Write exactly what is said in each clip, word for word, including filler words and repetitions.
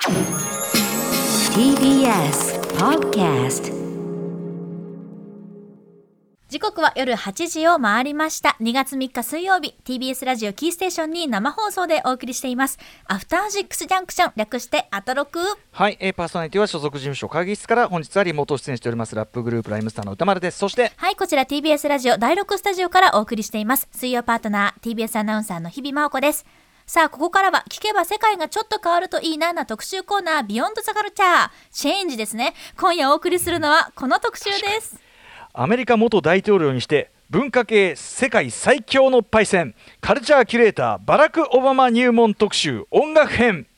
ティービーエス Podcast。 時刻は夜はちじを回りました。にがつみっか水曜日、 ティービーエス ラジオキーステーションに生放送でお送りしていますアフターシックスジャンクション、略してアトロク。 はい、えー、パーソナリティは所属事務所会議室から本日はリモート出演しておりますラップグループライムスターの歌丸です。そしてはい、こちら ティービーエス ラジオだいろくスタジオからお送りしています水曜パートナー ティービーエス アナウンサーの日々真央子です。さあ、ここからは聞けば世界がちょっと変わるといいなな特集コーナー、ビヨンドザカルチャーチェンジですね。今夜お送りするのはこの特集です。 アメリカ元大統領にして文化系世界最強のパイセン、カルチャーキュレーターバラク・オバマ入門特集音楽編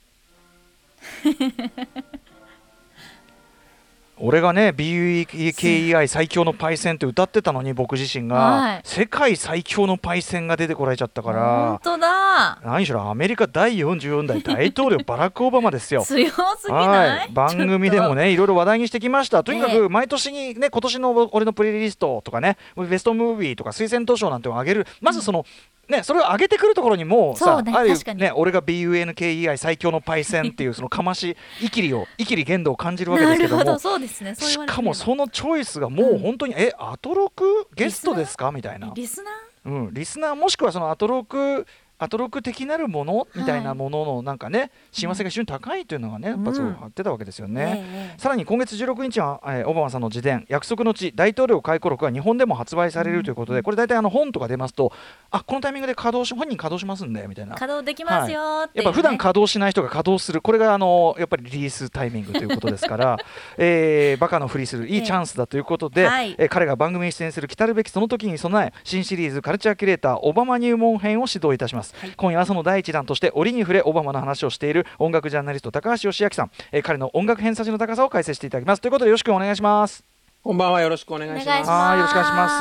俺がね ビーユーケーイーアイ 最強のパイセンって歌ってたのに、僕自身が、はい、世界最強のパイセンが出てこられちゃったから、 本当だ、 何しろアメリカだいよんじゅうよんだい大統領バラク・オバマですよ強すぎない、はい、 番組でもねいろいろ話題にしてきました。とにかく毎年にね、今年の俺のプレイリストとかね、ベストムービーとか推薦図書なんてを上げる、まずその、うんね、それを上げてくるところにもさ、 ね、 あるね、俺が ビーユーエヌケーイーアイ 最強のパイセンっていうそのかましいきりをいきり限度を感じるわけですけども、 なるほど、そうですね、そう言われてみれば。 しかもそのチョイスがもう本当に、うん、えアトロクゲストですかみたいな、 リスナー、 うん、リスナーもしくはそのアトロクアトロク的なるものみたいなもののなんかね、親和性が非常に高いというのがね、やっぱそう貼ってたわけですよね、うんええ、さらに今月じゅうろくにちは、えー、オバマさんの自伝約束の地大統領回顧録が日本でも発売されるということで、うん、これ大体あの本とか出ますと、あこのタイミングで稼働し本人稼働しますんでみたいな、 稼働できますよーって、ね、 やっぱ普段稼働しない人が稼働する、これがあのやっぱりリリースタイミングということですから、えー、バカのふりするいいチャンスだということで、えーはいえー、彼が番組に出演する来たるべきその時に備え、新シリーズカルチャーキュレーターオバマ入門編を指導いたします、はい、今夜はその第一弾として折に触れオバマの話をしている音楽ジャーナリスト高橋義明さん、えー、彼の音楽偏差値の高さを解説していただきますということで、よろしくお願いします。 こんばんは、よろしくお願いします。 あよろしくお願いします。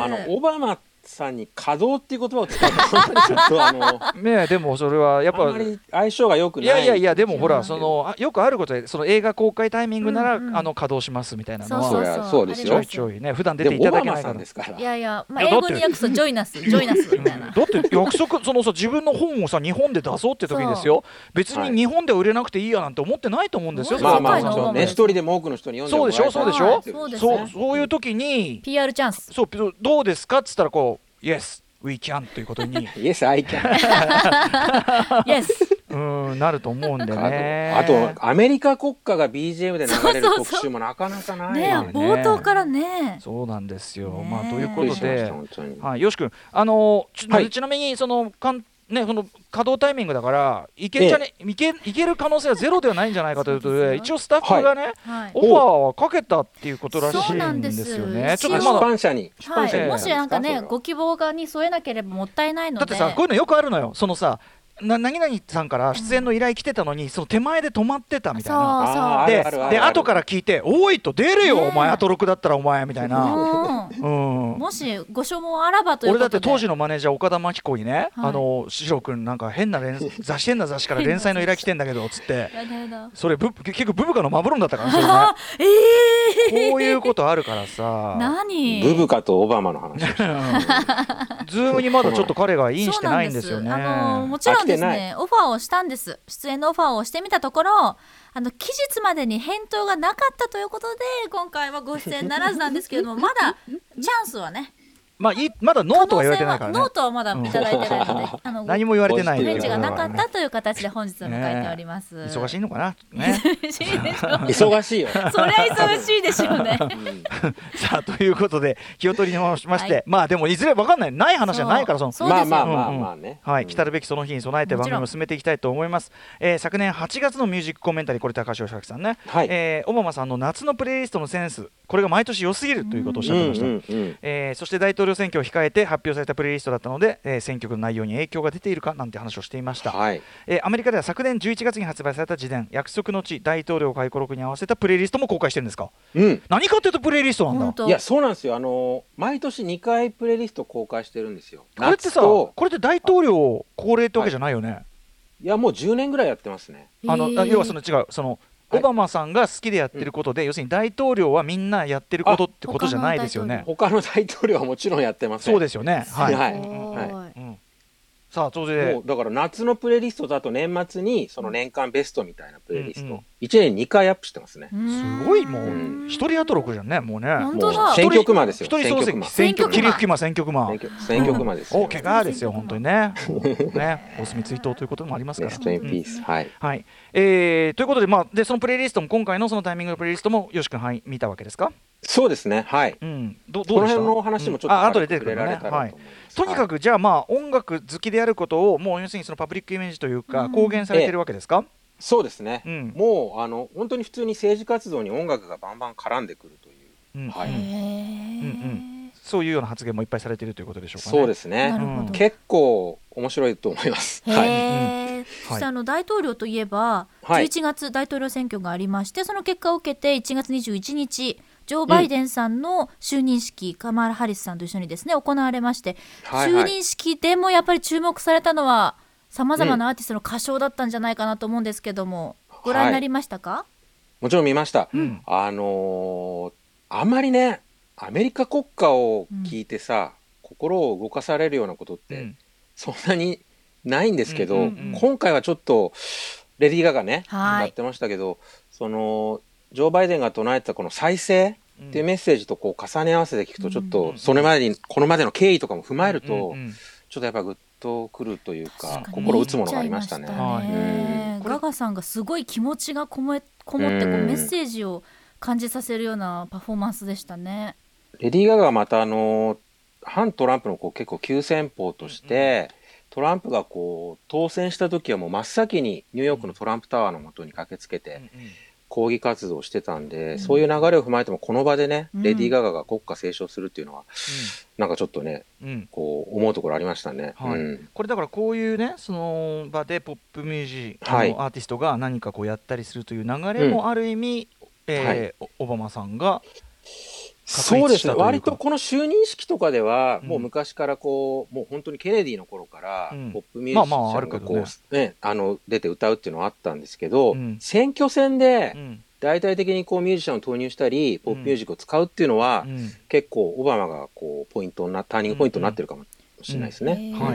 あのオバマさんに稼働っていう言葉を使うと本当にちょっとあのね、でもそれはやっぱあんまり相性が良くない。 いやいやいや、でもほらそのあよくあることで、その映画公開タイミングなら、うんうん、あの稼働しますみたいなのはそうそうそうそうですよ。 ちょいちょいね普段出ていただけないから。 ですから。 いやいや、まあ、英語に訳すとジョイナスジョイナスみたいな。 だって約束そのさ自分の本をさ日本で出そうって時ですよ。別に日本では売れなくていいやなんて思ってないと思うんですよ。 まあまあそうね、一人でも多くの人に読んでもらえたら。 そうでしょそうでしょ。 そうですそうそういう時にピーアール チャンス。 そうどうですかっつったらこう Yes We can ということに Yes I can Yes うんなると思うんでね。 あとアメリカ国歌が ビージーエム で流れる特集もなかなかないね。冒頭からね。 そうなんですよ。まあということで、はい、よし君あのち、はい、ちなみにそのかんね、その稼働タイミングだからいけんじゃね、ええ、いけいける可能性はゼロではないんじゃないかということで、一応スタッフがね、はい、オファーはかけたっていうことらしいんですよね。 ちょっとまだ出版社に、 はい、もしなんかねご希望がに添えなければもったいないので。 だってさこういうのよくあるのよ。そのさな何々さんから出演の依頼来てたのに、うん、その手前で止まってたみたいな。でで後から聞いておいと出るよ、ね、お前アトロクだったらお前みたいな、うん、 もしご所望あらばということで。 俺だって当時のマネージャー岡田真紀子にね、はい、あのシロ君なんか変な連雑誌変な雑誌から連載の依頼来てんだけどつってそれブ結局ブブカのマブロンだったからそれねえー、こういうことあるからさ。 何ブブカとオバマの話ズームにまだちょっと彼がインしてないんですよね。 あのもちろんですねオファーをしたんです。出演のオファーをしてみたところ、あの期日までに返答がなかったということで今回はご出演ならずなんですけれどもまだチャンスはね、 まあ、いまだノートは言われてないからね。 ノートはまだいただいてないので、うん、あの何も言われてない返事がなかったという形で本日を迎えております、ね、 忙しいのかな、ね、 忙しいでしょ忙しいよそりゃ忙しいでしょうね、うん、 さあということで気を取り直しまして、はい、まあでもいずれ分かんないない話じゃないからそのそうまあまあまあまあね、 はい、来たるべきその日に備えて番組を進めていきたいと思います、えー、昨年はちがつのミュージックコメンタリー、これ高橋義明さんね、はい、えー、オバマさんの夏のプレイリストのセンス、これが毎年良すぎるということをおっしゃってました、うんうんうん、えー、そして大統領選挙を控えて発表されたプレイリストだったので、えー、選挙区の内容に影響が出ているかなんて話をしていました、はい、えー、アメリカでは昨年じゅういちがつに発売された自伝約束の地大統領回顧録に合わせたプレイリストも公開してるんですか、うん、何かというとプレイリストなんだ。 いやそうなんですよ、あのー、毎年にかいプレイリスト公開してるんですよ。 これってさこれって大統領恒例ってわけじゃないよね、はい、 いやもうじゅうねんぐらいやってますね。 あの要はその違うそのオバマさんが好きでやってることで、はい、要するに大統領はみんなやってることってことじゃないですよね。 他の大統領はもちろんやってます、ね、 そうですよね。はい、 はいはい、うん、 さあ当然もうだから夏のプレイリストだと年末にその年間ベストみたいなプレイリスト、うんうん、いちねんにかいアップしてますね。 すごいもう一人アトロクじゃんねもうね。 本当だ。 選曲魔ですよ。 一人総選挙切り吹き魔選曲魔選曲魔ですよ。 お怪我ですよ本当にね。ねお墨追悼ということもありますから。 レストインピース、はいはい。えー、ということでまあでそのプレイリストも今回のそのタイミングのプレイリストもよし君はい見たわけですか。 そうですねはい。 うん。 どどうでした。この辺の話もちょっと、うん、 あ後で出てくるね。はい。とにかくじゃあまあ音楽好きであることをもう要するにそのパブリックイメージというか公言されてるわけですか。 そうですね、うん、もうあの本当に普通に政治活動に音楽がバンバン絡んでくるという、うんはいうんうん、 そういうような発言もいっぱいされているということでしょうかね。 そうですね、うん、結構面白いと思います。 へー、はい、そしてあの大統領といえばじゅういちがつ大統領選挙がありまして、はい、その結果を受けていちがつにじゅういちにちジョー・バイデンさんの就任式、うん、カマラ・ハリスさんと一緒にですね行われまして、はいはい、就任式でもやっぱり注目されたのはさまざまなアーティストの歌唱だったんじゃないかなと思うんですけども、うん、ご覧になりましたか。はい、 もちろん見ました、うん、あのー、あんまりねアメリカ国歌を聞いてさ、うん、心を動かされるようなことってそんなにないんですけど、うんうんうん、今回はちょっとレディー・ガガねやってましたけど、そのジョー・バイデンが唱えてたこの再生っていうメッセージとこう重ね合わせて聞くとちょっとそれまでにこのまでの経緯とかも踏まえるとちょっとやっぱグッとくるというか心打つものがありましたね。 うん、ガガさんがすごい気持ちがこも、こもってこうメッセージを感じさせるようなパフォーマンスでしたね。 レディー・ガガはまたあの反トランプのこう結構急先鋒として、うん、トランプがこう当選した時はもう真っ先にニューヨークのトランプタワーの元に駆けつけて、うんうん抗議活動をしてたんで、うん、そういう流れを踏まえてもこの場でね、うん、レディー・ガガが国歌斉唱するっていうのは、うん、なんかちょっとね、うん、こう思うところありましたね、 はいうん、これだからこういうねその場でポップミュージックのアーティストが何かこうやったりするという流れもある意味、うんえーはい、オバマさんがそうですね割とこの就任式とかでは、うん、もう昔からこうもう本当にケネディの頃から、うん、ポップミュージシャンがこう、まあまああねね、あの出て歌うっていうのはあったんですけど、うん、選挙戦で大々的にこうミュージシャンを投入したりポップミュージックを使うっていうのは、うん、結構オバマがこうポイントなターニングポイントになってるかもしれないですね。 うんうんはい、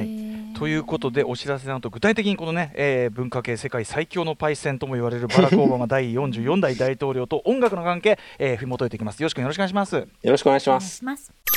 ということでお知らせなど具体的にこのね、えー、文化系世界最強のパイセンとも言われるバラク・オバマだいよんじゅうよんだい大統領と音楽の関係、えー、紐解いていきます。よろしくよろしくお願いします。よろしくお願いします。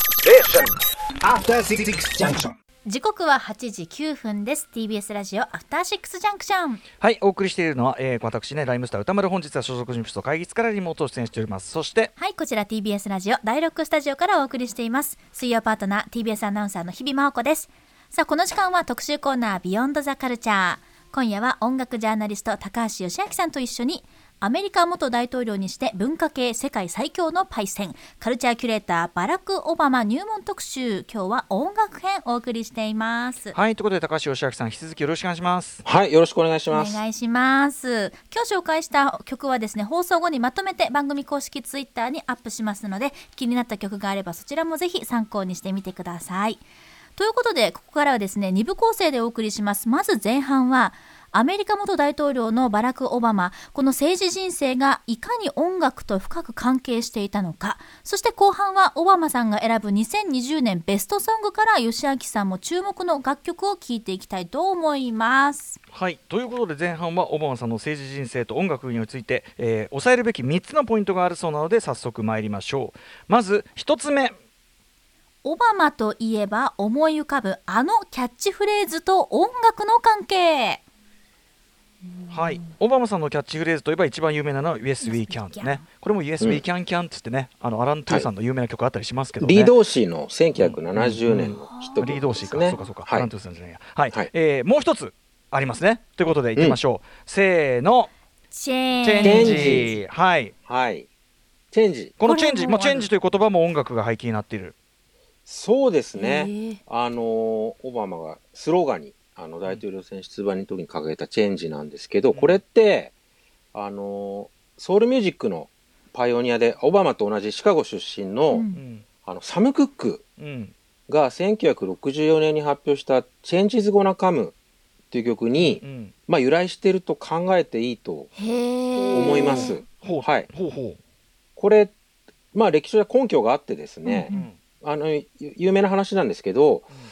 時刻ははちじきゅうふんです。 ティービーエス ラジオアフターシックスジャンクション。 はいお送りしているのは、えー、私ねライムスター歌丸本日は所属事務所と会議室からリモート出演しております。そしてはいこちら ティービーエス ラジオだいろくスタジオからお送りしています水曜パートナー ティービーエス アナウンサーの日々真央子です。さあこの時間は特集コーナービヨンドザカルチャー。今夜は音楽ジャーナリスト高橋義明さんと一緒にアメリカ元大統領にして文化系世界最強のパイセンカルチャーキュレーターバラク・オバマ入門特集。今日は音楽編お送りしています。 はいということで高橋義明さん引き続きよろしくお願いします。 はいよろしくお願いします。 お願いします。今日紹介した曲はですね放送後にまとめて番組公式ツイッターにアップしますので気になった曲があればそちらもぜひ参考にしてみてください。ということでここからはですねに部構成でお送りします。まず前半はアメリカ元大統領のバラク・オバマこの政治人生がいかに音楽と深く関係していたのか。そして後半はオバマさんが選ぶにせんにじゅうねんベストソングから義明さんも注目の楽曲を聴いていきたいと思います。 はいということで前半はオバマさんの政治人生と音楽について、えー、抑えるべきみっつのポイントがあるそうなので早速参りましょう。まずひとつめオバマといえば思い浮かぶあのキャッチフレーズと音楽の関係。 はい、オバマさんのキャッチフレーズといえば一番有名なのは Yes We Can ね。これも Yes We Can Can って言ってね、あのアラン・トゥーさんの有名な曲あったりしますけどね、 はい、リードーシーのせんきゅうひゃくななじゅうねんのヒット曲ですね。 リードーシーかそうかそうか、はい、アラン・トゥーさんじゃないや、はいはいえー、もう一つありますねということでいってみましょう、うん、せーのチェンジ、チェンジはい、 はい、チェンジこのチェンジ、まあ、チェンジという言葉も音楽が背景になっている。 そうですね、あのオバマがスローガンにあの大統領選出馬の時に掲げたチェンジなんですけど、うん、これってあのソウルミュージックのパイオニアでオバマと同じシカゴ出身 の,、うん、あのサム・クックがせんきゅうひゃくろくじゅうよねんに発表した「Changes Gonna Come」っていう曲に、うんまあ、由来してると考えていいと思います。はい、ほうほうこれ、まあ、歴史的根拠があってですね、うんうん、あの有名な話なんですけど、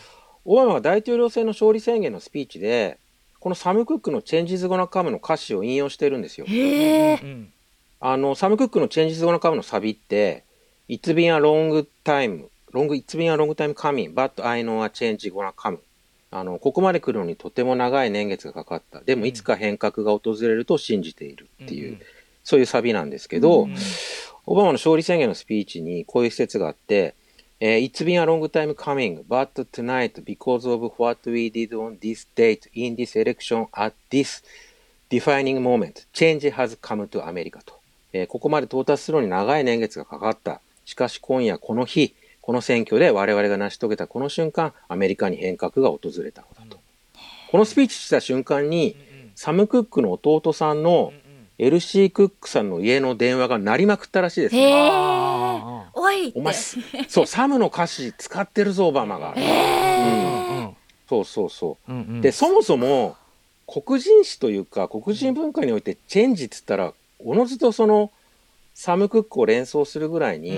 オバマが大統領選の勝利宣言のスピーチでこのサム・クックのチェンジズ・ゴナ・カムの歌詞を引用してるんですよ。 へー。 あのサム・クックのチェンジズ・ゴナ・カムのサビって It's been a long time long It's been a long time coming but I know a change gonna come あのここまで来るのにとても長い年月がかかったでもいつか変革が訪れると信じているっていう、うん、そういうサビなんですけど、うん、オバマの勝利宣言のスピーチにこういう説があって、えー、It's been a long time coming but tonight because of what we did on this date in this election at this defining moment change has come to America と、えー、ここまで到達するのに長い年月がかかったしかし今夜この日この選挙で我々が成し遂げたこの瞬間アメリカに変革が訪れたのだと、うん、このスピーチした瞬間に、うんうん、サム・クックの弟さんの、うんうん、エルシー クックさんの家の電話が鳴りまくったらしいですね。 へー、おいお前そうサムの歌詞使ってるぞオバマが、 へー、 うん、そうそうそう、うんうん、でそもそも黒人史というか黒人文化においてチェンジっつったらおのずとそのサム・クックを連想するぐらいに、うんうん、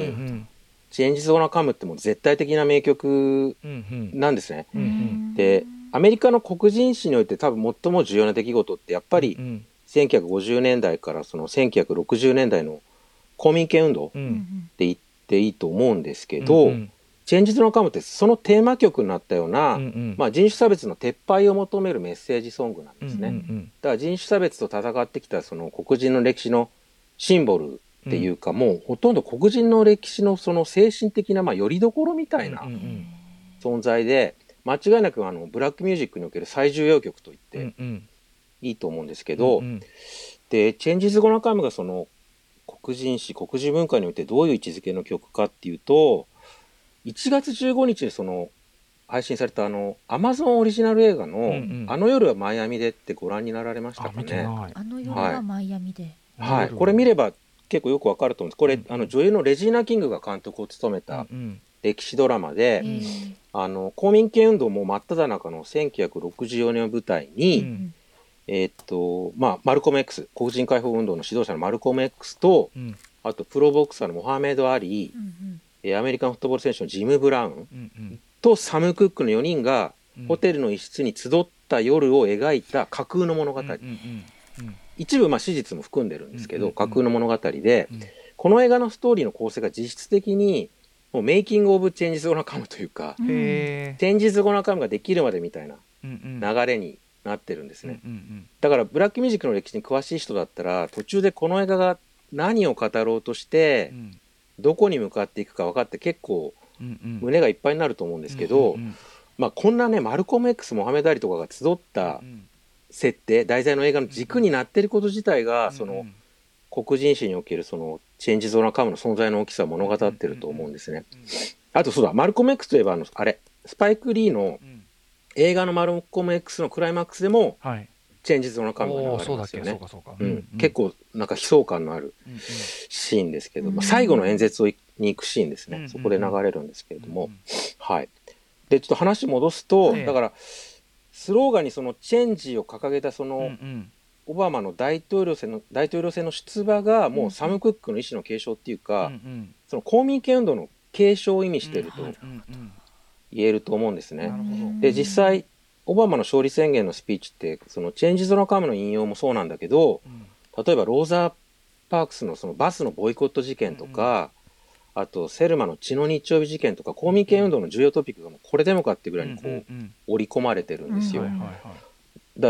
チェンジズ・ゴナ・カムってもう絶対的な名曲なんですね、うんうん、でアメリカの黒人史において多分最も重要な出来事ってやっぱり、うん、せんきゅうひゃくごじゅうねんだいからそのせんきゅうひゃくろくじゅうねんだいの公民権運動って言っていいと思うんですけど、うんうん、チェンジズ・ゴナ・カムってそのテーマ曲になったような、うんうんまあ、人種差別の撤廃を求めるメッセージソングなんですね、うんうんうん、だから人種差別と戦ってきたその黒人の歴史のシンボルっていうか、うん、もうほとんど黒人の歴史のその精神的なまあ拠り所みたいな存在で、間違いなくあのブラックミュージックにおける最重要曲と言っていいと思うんですけど、うんうん、でチェンジズ・ゴナ・カムがその黒人史黒人文化においてどういう位置づけの曲かっていうといちがつじゅうごにちにその配信されたあのアマゾンオリジナル映画の、うんうん、あの夜はマイアミでってご覧になられましたかね。 あの夜はマイアミで、 はいはい、これ見れば結構よくわかると思うんです。これ、うん、あの女優のレジーナ・キングが監督を務めた歴史ドラマで、うんうん、あの公民権運動も真っ只中のせんきゅうひゃくろくじゅうよねんを舞台に、うん、えーっとまあ、マルコム X 黒人解放運動の指導者のマルコム X と、うん、あとプロボクサーのモハメド・アリー、うんうん、アメリカンフットボール選手のジム・ブラウン、うんうん、とサム・クックのよにんが、うん、ホテルの一室に集った夜を描いた架空の物語、うんうんうんうん、一部まあ史実も含んでるんですけど、うんうんうん、架空の物語で、うん、この映画のストーリーの構成が実質的にもうメイキング・オブ・チェンジズ・ゴナ・カムというか、うん、チェンジズ・ゴナ・カムができるまでみたいな流れになってるんですね、うんうんうん、だからブラックミュージックの歴史に詳しい人だったら途中でこの映画が何を語ろうとして、うん、どこに向かっていくか分かって結構胸がいっぱいになると思うんですけど、うんうんうん、まあ、こんなねマルコム X モハメド・アリとかが集った設定、題材の映画の軸になっていること自体が、うん、その黒人史におけるそのチェンジズ・ゴナ・カムの存在の大きさを物語ってると思うんですね、うんうんうん、あとそうだマルコム X といえばあのあれスパイク・リーの映画のマルコム X のクライマックスでも、はい、チェンジズ・ゴナ・カムが流れますよね。結構なんか悲壮感のあるシーンですけど、うんうん、まあ、最後の演説に行くシーンですね、うんうん、そこで流れるんですけれども、うんうん、はい。でちょっと話戻すと、ええ、だからスローガンにそのチェンジを掲げたその、うんうん、オバマの大統領選の大統領選の出馬がもうサム・クックの意思の継承っていうか、うんうん、その公民権運動の継承を意味していると言えると思うんですね。で実際オバマの勝利宣言のスピーチってそのチェンジズ・ゴナ・カムの引用もそうなんだけど、うん、例えばローザー・パークスのそのバスのボイコット事件とか、うんうん、あとセルマの血の日曜日事件とか公民権運動の重要トピックがもうこれでもかっていうぐらいにこう、うんうんうん、織り込まれてるんですよ、うんはいはいはい、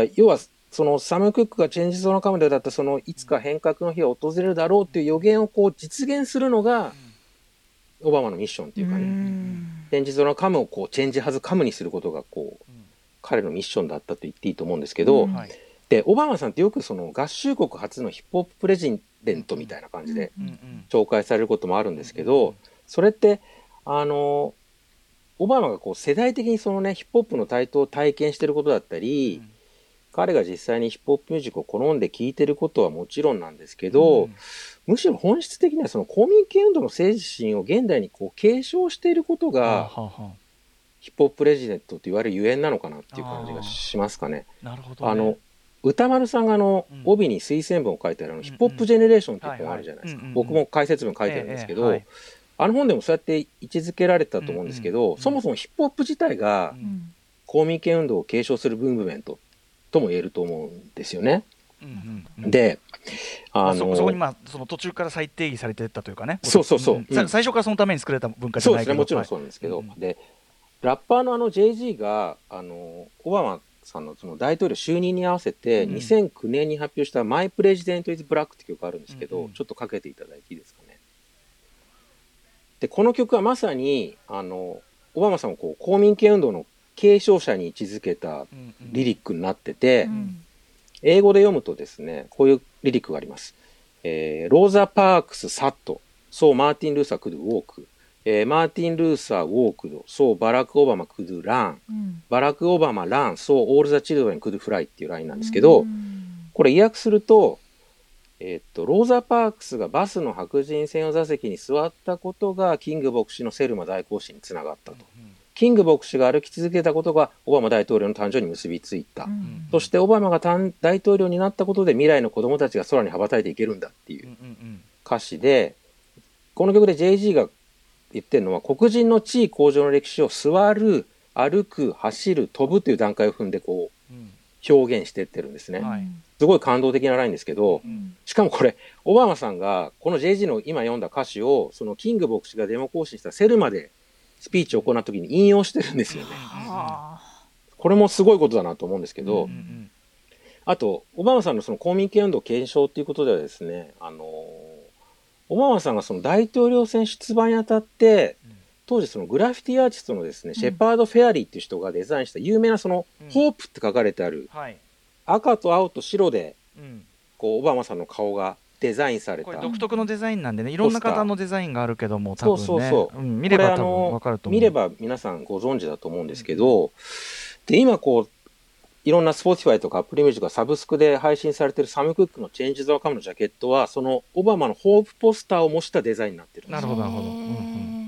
だ要はそのサム・クックがチェンジズ・ゴナ・カムで歌ったそのいつか変革の日が訪れるだろうっていう予言をこう実現するのがオバマのミッションっていうかね、うん、チェンジズ・ゴナ・カムをこうチェンジ・ハズ・カムにすることがこう、うん、彼のミッションだったと言っていいと思うんですけど、うんはい、でオバマさんってよくその合衆国初のヒップホッププレジデントみたいな感じで紹介されることもあるんですけど、それってあのオバマがこう世代的にそのねヒップホップの台頭を体験していることだったり、うん、彼が実際にヒップホップミュージックを好んで聴いてることはもちろんなんですけど、うん、むしろ本質的にはその公民権運動の精神を現代にこう継承していることが、はあはあ、ヒップホッププレジデントと言われるゆえんなのかなっていう感じがしますかね。 なるほどね。 あの歌丸さんがあの、うん、帯に推薦文を書いてあるの、うん、ヒップホップジェネレーションっていう本あるじゃないですか、僕も解説文書いてるんですけど、ええはい、あの本でもそうやって位置づけられたと思うんですけど、うん、そもそもヒップホップ自体が、うん、 公民権運動を継承するムーブメントとも言えると思うんですよね。 うんうんうん、 で、 あのーまあ、そ, そこに、まあ、その途中から再定義されていったというかね。 そうそうそう、うん、 最初からそのために作られた文化じゃないけど。 そうですね、もちろんそうなんですけど、はい、でラッパーのあの ジェイジー があのオバマさんのその大統領就任に合わせてにせんきゅうねんに発表した「マイ・プレジデント・イズ・ブラック」って曲があるんですけど、うんうん、ちょっとかけていただいていいですかね。でこの曲はまさにあのオバマさんをこう公民権運動の継承者に位置づけたリリックになってて、うんうん、英語で読むとですねこういうリリックがあります。えー、ローザ・パークス・サット、そうマーティン・ルーサー・クドゥ・ウォーク、えー、マーティン・ルーサー・ウォークド、そうバラク・オバマ・クドゥ・ラン、うん、バラク・オバマ・ラン、そうオール・ザ・チルドレン・クドゥ・フライっていうラインなんですけど、うん、これ意訳すると、えー、っとローザ・パークスがバスの白人専用座席に座ったことがキング牧師のセルマ大行進につながったと、うん、キング牧師が歩き続けたことがオバマ大統領の誕生に結びついた、うん、そしてオバマが大統領になったことで未来の子供たちが空に羽ばたいていけるんだっていう歌詞で、この曲で ジェイジー が言ってるのは黒人の地位向上の歴史を座る、歩く、走る、飛ぶという段階を踏んでこう表現していってるんですね、はい、すごい感動的なラインですけど、うん、しかもこれオバマさんがこの ジェイジー の今読んだ歌詞をそのキング牧師がデモ行進したセルマでスピーチを行った時に引用してるんですよね、うん、これもすごいことだなと思うんですけど、うんうん、あとオバマさんのその公民権運動継承っていうことではですね、あのーオバマさんがその大統領選出馬にあたって、うん、当時そのグラフィティアーティストのですね、うん、シェパード・フェアリーっていう人がデザインした有名なその、うん、ホープって書かれてある、はい、赤と青と白で、うん、こうオバマさんの顔がデザインされた、 これ独特のデザインなんでね、いろんな方のデザインがあるけども多分ね、そうそうそう、うん、見れば多分分かると思う。 見れば皆さんご存知だと思うんですけど、うん、で今こういろんな Spotify とか Apple Music がサブスクで配信されているサム・クックの Change the Come のジャケットはそのオバマのホープポスターを模したデザインになってるんです。 なるほどなるほど、うんうん、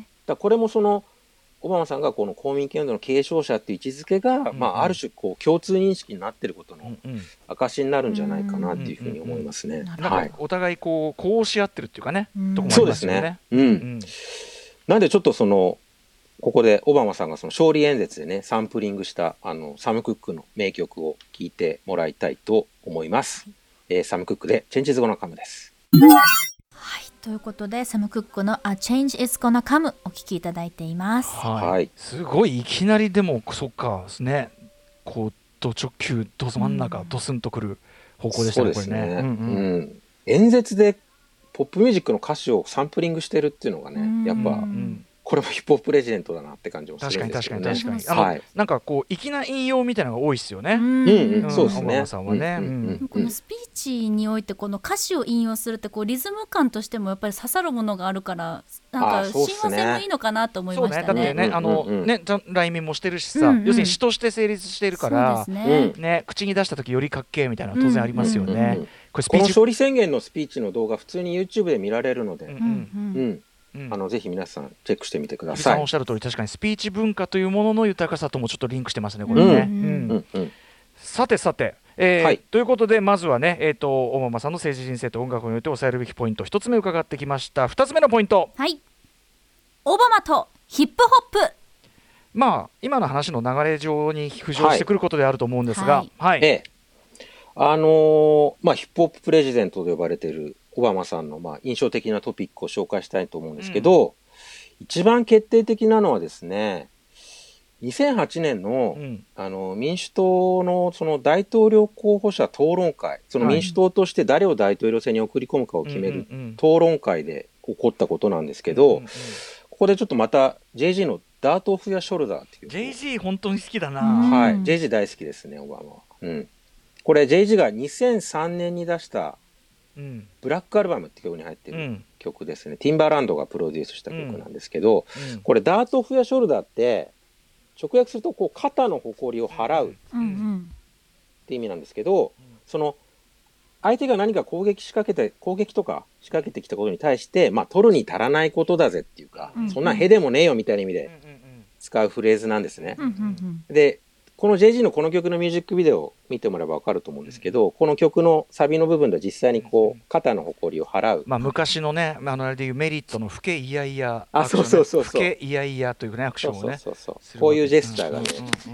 だこれもそのオバマさんがこの公民権運動の継承者っていう位置づけが、うんうん、まあ、ある種こう共通認識になっていることの証になるんじゃないかなっていうふうに思いますね。 お互いこうこうし合ってるっていうかね、 うん、とこもありますよね。そうですね、うんうん、なんでちょっとそのここでオバマさんがその勝利演説でねサンプリングしたあのサム・クックの名曲を聴いてもらいたいと思います、はい、えー、サム・クックで Change is gonna come です。 はい、ということでサム・クックの A Change is gonna come お聴きいただいています。 はい、すごいいきなりでもそっかですね、こうド直球ド真ん中、うん、ドスンとくる方向でしたね。 そうですね、 これね、うんうんうん、演説でポップミュージックの歌詞をサンプリングしてるっていうのがね、うん、やっぱ、うん、これもヒップホップレジェンドだなって感じもするんですけどね。 確かに確かに確かに、はい、なんかこう粋な引用みたいなのが多いですよね。 うんうん、そうですね。 オバマさんはね、うんうんうん、このスピーチにおいてこの歌詞を引用するってこうリズム感としてもやっぱり刺さるものがあるからなんか親和性もいいのかなと思いましたね。 そうね、だってね、あの、うんうん、ね来民もしてるしさ、うんうん、要するに詩として成立しているから、ねね、口に出した時よりかっけえみたいなのは当然ありますよね、うんうんうんうん、 これスピーチこの勝利宣言のスピーチの動画普通に YouTube で見られるので、うんうんうんうん、あのぜひ皆さんチェックしてみてください。 おっしゃる通り確かにスピーチ文化というものの豊かさともちょっとリンクしてますねこれね、うんうんうん、さてさて、えーはい、ということでまずはね、えーと、オバマさんの政治人生と音楽において抑えるべきポイント一つ目伺ってきました。二つ目のポイント、 はい、オバマとヒップホップ。 まあ今の話の流れ上に浮上してくることであると思うんですが、はいはい、 ええ、あのーまあ、ヒップホッププレジデントと呼ばれているオバマさんのまあ印象的なトピックを紹介したいと思うんですけど、うん、一番決定的なのはですね、にせんはちねん の,、うん、あの民主党 の, その大統領候補者討論会、その民主党として誰を大統領選に送り込むかを決める討論会で起こったことなんですけど、うんうんうん、ここでちょっとまた ジェイジー のダート・オフ・ヤ・ショルダーっていうジェイジー 本当に好きだな、 はい、ジェイジー 大好きですねオバマは、うん、これ ジェイジー がにせんさんねんに出したうん、ブラックアルバムって曲に入ってる曲ですね、うん、ティンバーランドがプロデュースした曲なんですけど、うん、これダート・オフ・ヤ・ショルダーって直訳するとこう肩の誇りを払うって意味なんですけど、うん、その相手が何か攻撃仕掛けて攻撃とか仕掛けてきたことに対して、まあ、取るに足らないことだぜっていうか、うん、そんなへでもねえよみたいな意味で使うフレーズなんですね、うん、でこの ジェイジー のこの曲のミュージックビデオを見てもらえば分かると思うんですけど、うん、この曲のサビの部分では実際にこう肩の誇りを払う、 まあ、昔のねあのあれでいうメリットの不敬いやいやあそうそうそうそう不敬いやいやというねアクションをねそうそうそうそうこういうジェスチャーがね、うんうんうん、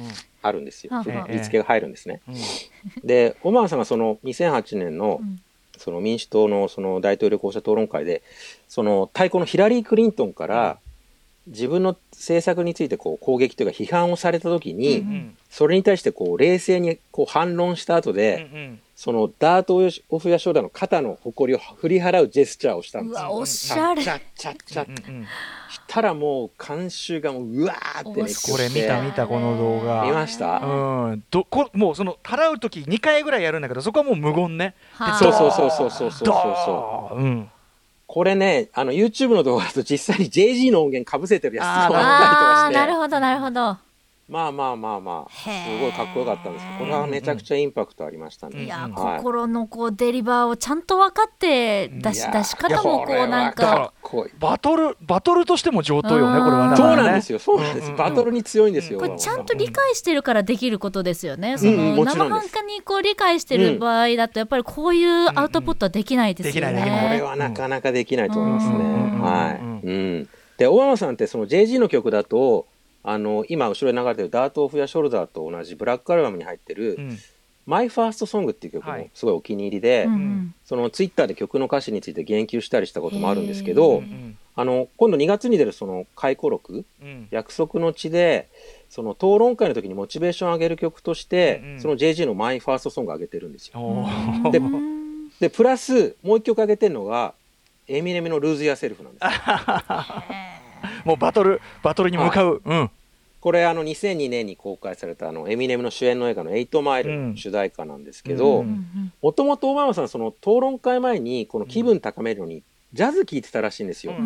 あるんですよ、 うん、 振り付けが入るんですね、 うん、 でオバマさんがそのにせんはちねんの、うんその民主党 の, その大統領候補者討論会でその対抗のヒラリー・クリントンから自分の政策についてこう攻撃というか批判をされた時に、うんうん、それに対してこう冷静にこう反論した後で、うんうん、そのダート・オフ・ヤショーダーの肩の誇りを振り払うジェスチャーをしたんですよ。 うわおしゃれ。 チャッチャッチャッチャッ、うんうん、したらもう観衆がもううわーって熱狂これ見た見たこの動画見ました、 うん、どこもうその払う時にかいぐらいやるんだけどそこはもう無言ね。 そうそうそうそうそうそうそう、うん、これねあの YouTube の動画だと実際に ジェージー の音源かぶせてるやつとかあったりとかしてなるほどなるほどまあまあまあまあすごいかっこよかったんですけどこれはめちゃくちゃインパクトありましたね。 いや、 はい、 心のこうデリバーをちゃんと分かって出し出し方もこうなんかバトルバトルとしても上等よねこれはね。 そうなんですよそうなんです、うんうん、バトルに強いんですよ、 これちゃんと理解してるからできることですよね、うん、その、うん、生半可にこう理解してる場合だとやっぱりこういうアウトプットはできないですよね、うんうん、できないこれはなかなかできないと思いますね、うんはい、うん、でオバマさんってその ジェージー の曲だとあの今後ろに流れてるダート・オフ・ヤ・ショルダーと同じブラックアルバムに入ってる、うん、マイ・ファースト・ソングっていう曲もすごいお気に入りで、はい、そのツイッターで曲の歌詞について言及したりしたこともあるんですけど、あの今度にがつに出るその回顧録、うん、約束の地でその討論会の時にモチベーションを上げる曲として、うんうん、その ジェージー のマイ・ファースト・ソングを上げてるんですよ。で, でプラスもう一曲上げてるのがエミネムのルーズ・ヤーセルフなんですもうバトルバトルに向かう、はいうん、 これあのにせんにねんに公開されたあのエミネムの主演の映画のエイトマイルの主題歌なんですけどもともとオバマさんその討論会前にこの気分高めるのにジャズ聴いてたらしいんですよ、うんうん、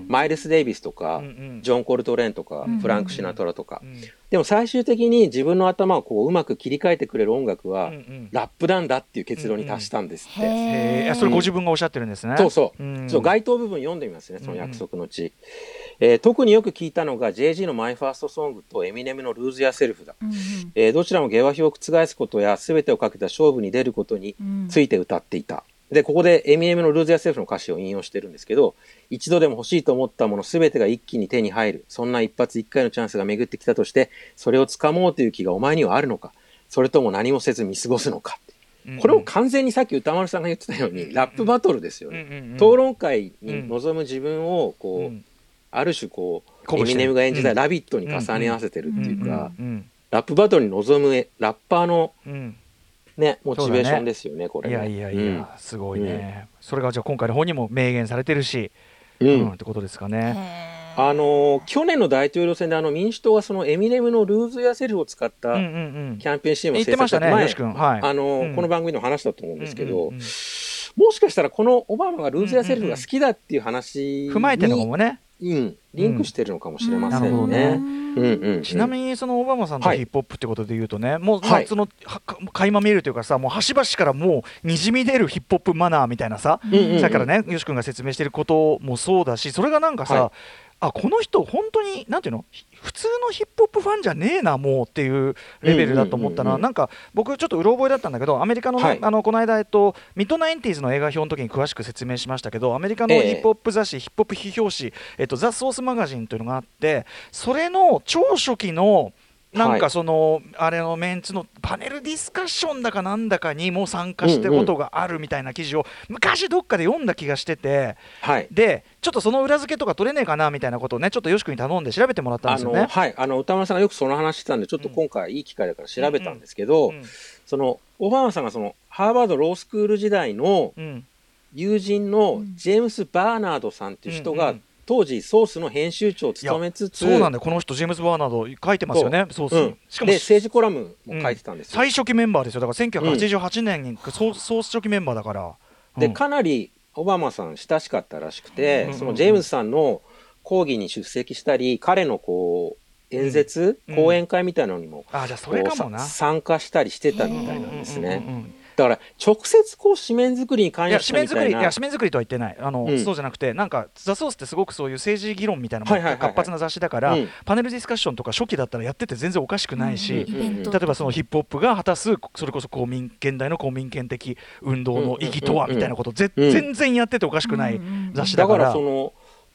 マイルス・デイビスとか、うんうん、ジョン・コルトレーンとか、うんうん、フランク・シナトラとか、うんうん、でも最終的に自分の頭をこううまく切り替えてくれる音楽は、うんうん、ラップなんだっていう結論に達したんですって、うんうん、 へーそれご自分がおっしゃってるんですね。 そうそう、うん、そう該当部分読んでみますねその約束の地、うんうんえー、特によく聞いたのが ジェージー のマイファーストソングとエミネムのルーズ・ヤ・セルフだ、うんうんえー、どちらも下馬評を覆すことや全てをかけた勝負に出ることについて歌っていた、うん、でここでエミネムのルーズ・ヤ・セルフの歌詞を引用してるんですけど一度でも欲しいと思ったもの全てが一気に手に入るそんな一発一回のチャンスが巡ってきたとしてそれを掴もうという気がお前にはあるのかそれとも何もせず見過ごすのかって、うんうん、これを完全にさっき歌丸さんが言ってたように、うんうん、ラップバトルですよね、うんうんうん、討論会に臨む自分をこう、うんある種こうエミネムが演じたラビットに重ね合わせてるっていうかラップバトルに臨むラッパーの、うんね、モチベーションですよ ね, ねこれねいやいやいや、うん、すごいね、うん、それがじゃあ今回の本にも明言されてるし、うんうん、ってことですかね。 あの去年の大統領選であの民主党がそのエミネムのルーズ・ヤ・セルフを使ったキャンペーン シーエム を制作した前、 ねはいあのうん、 この番組でも話したと思うんですけど、うんうんうん、もしかしたらこのオバマがルーズ・ヤ・セルフが好きだっていう話に踏まえてるのもねうん、リンクしてるのかもしれませんね。うんうんうん、 ちなみにそのオバマさんとヒップホップってことでいうとね、はい、もうその垣間見えるというかさもう端々からもうにじみ出るヒップホップマナーみたいなさ、うんうんうん、さっきからねよし君が説明してることもそうだしそれがなんかさ、はいあこの人本当になんていうの普通のヒップホップファンじゃねえなもうっていうレベルだと思ったな、うんうんうんうん、なんか僕ちょっとうろ覚えだったんだけどアメリカの、ねはい、あのこの間、えっと、ミッドナインティーズの映画表の時に詳しく説明しましたけどアメリカのヒップホップ雑誌、えー、ヒップホップ批評誌、えっと、ザ・ソースマガジンというのがあってそれの超初期のなんかその、はい、あれのメンツのパネルディスカッションだかなんだかにも参加したことがあるみたいな記事を昔どっかで読んだ気がしてて、はい、でちょっとその裏付けとか取れねえかなみたいなことをねちょっとよし君に頼んで調べてもらったんですよね。 あの、はい、あの歌丸さんがよくその話してたんでちょっと今回いい機会だから調べたんですけど、うんうんうん、そのオバマさんがそのハーバードロースクール時代の友人のジェームス・バーナードさんっていう人が、うんうん当時ソースの編集長を務めつつそうなんだこの人ジェームズ・バーナード書いてますよねソース、うん、 しかもで政治コラムも書いてたんですよ、 うん、最初期メンバーですよだからせんきゅうひゃくはちじゅうはちねんに、うん、ソ, ソース初期メンバーだから、うん、 でかなりオバマさん親しかったらしくて、うん、そのジェームズさんの講義に出席したり彼のこう演説、うん、講演会みたいなのにも、 うん、あじゃあそれかもな参加したりしてたみたいなんですね、うんうんうんうんだから直接こう紙面作りに関してみたいないや紙面作りいや紙面作りとは言ってないあの、うん、そうじゃなくてなんかザ・ソースってすごくそういう政治議論みたいなものが活発な雑誌だから、はいはいはいはい、パネルディスカッションとか初期だったらやってて全然おかしくないし、うんうんうん、例えばそのヒップホップが果たすそれこそ公民現代の公民権的運動の意義とはみたいなこと、うんうんうん、全然やってておかしくない雑誌だから、 だからその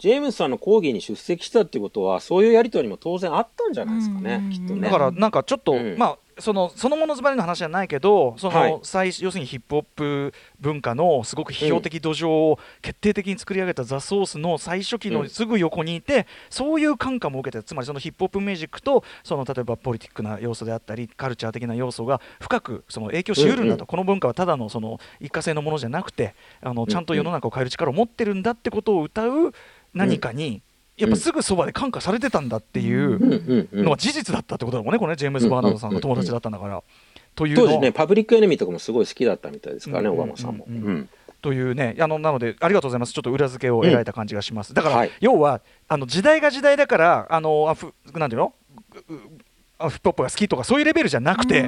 ジェームスさんの講義に出席したっていうことはそういうやり取りも当然あったんじゃないですかね、きっとね。 だからなんかちょっと、うん、まあそのそのものズバリの話じゃないけどその、はい、最要するにヒップホップ文化のすごく批評的土壌を決定的に作り上げたザ・ソースの最初期のすぐ横にいて、うん、そういう感化も受けて、つまりそのヒップホップミュージックとその例えばポリティックな要素であったりカルチャー的な要素が深くその影響しうるんだと、うんうん、この文化はただのその一過性のものじゃなくてあのちゃんと世の中を変える力を持ってるんだってことを歌う何かに、うんやっぱすぐそばで感化されてたんだっていうのは事実だったってことだもんね、これねジェームズ・バーナードさんが友達だったんだから。というの当時ねパブリックエネミーとかもすごい好きだったみたいですからね、オバマさんも。うんうん、 というねあのなのでありがとうございます。ちょっと裏付けを得られた感じがします。だから、はい、要はあの時代が時代だからあのアフなんていうのアフポップが好きとかそういうレベルじゃなくて、うん、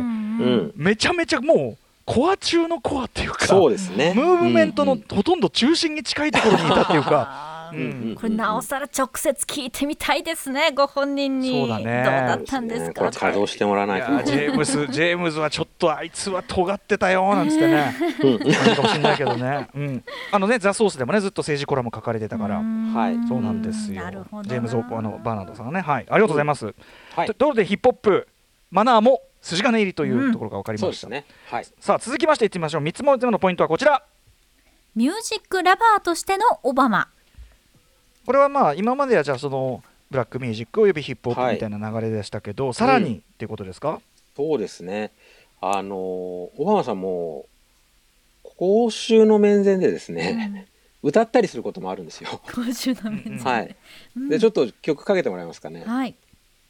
めちゃめちゃもうコア中のコアっていうかそうですね、 ムーブメントのほとんど中心に近いところにいたっていうか。 うん、これなおさら直接聞いてみたいですね、ご本人に。 そうだね、 どうだったんですか。 これ稼働してもらわないと。 いやジェームスジェームズはちょっとあいつは尖ってたよなんつってね、うん、かもしれないけどね、うん、あのねザ・ソースでもねずっと政治コラム書かれてたから、はいそうなんですよ。ジェームズ・あのバーナードさんがね、はい、ありがとうございます、うんはい、ということでヒップホップマナーも筋金入りというところが分かりました、うんそうですねはい、さあ続きましていってみましょう。みっつ目のポイントはこちら。 ミュージックラバーとしてのオバマ。 これはまあ今まではじゃあそのブラックミュージックおよびヒップホップみたいな流れでしたけど、はい、さらにっていうことですか。うん、 そうですね。あのオバマさんも公衆の面前でですね、うん、歌ったりすることもあるんですよ。 公衆の面前、 はい、うん、でちょっと曲かけてもらえますかね。 はい、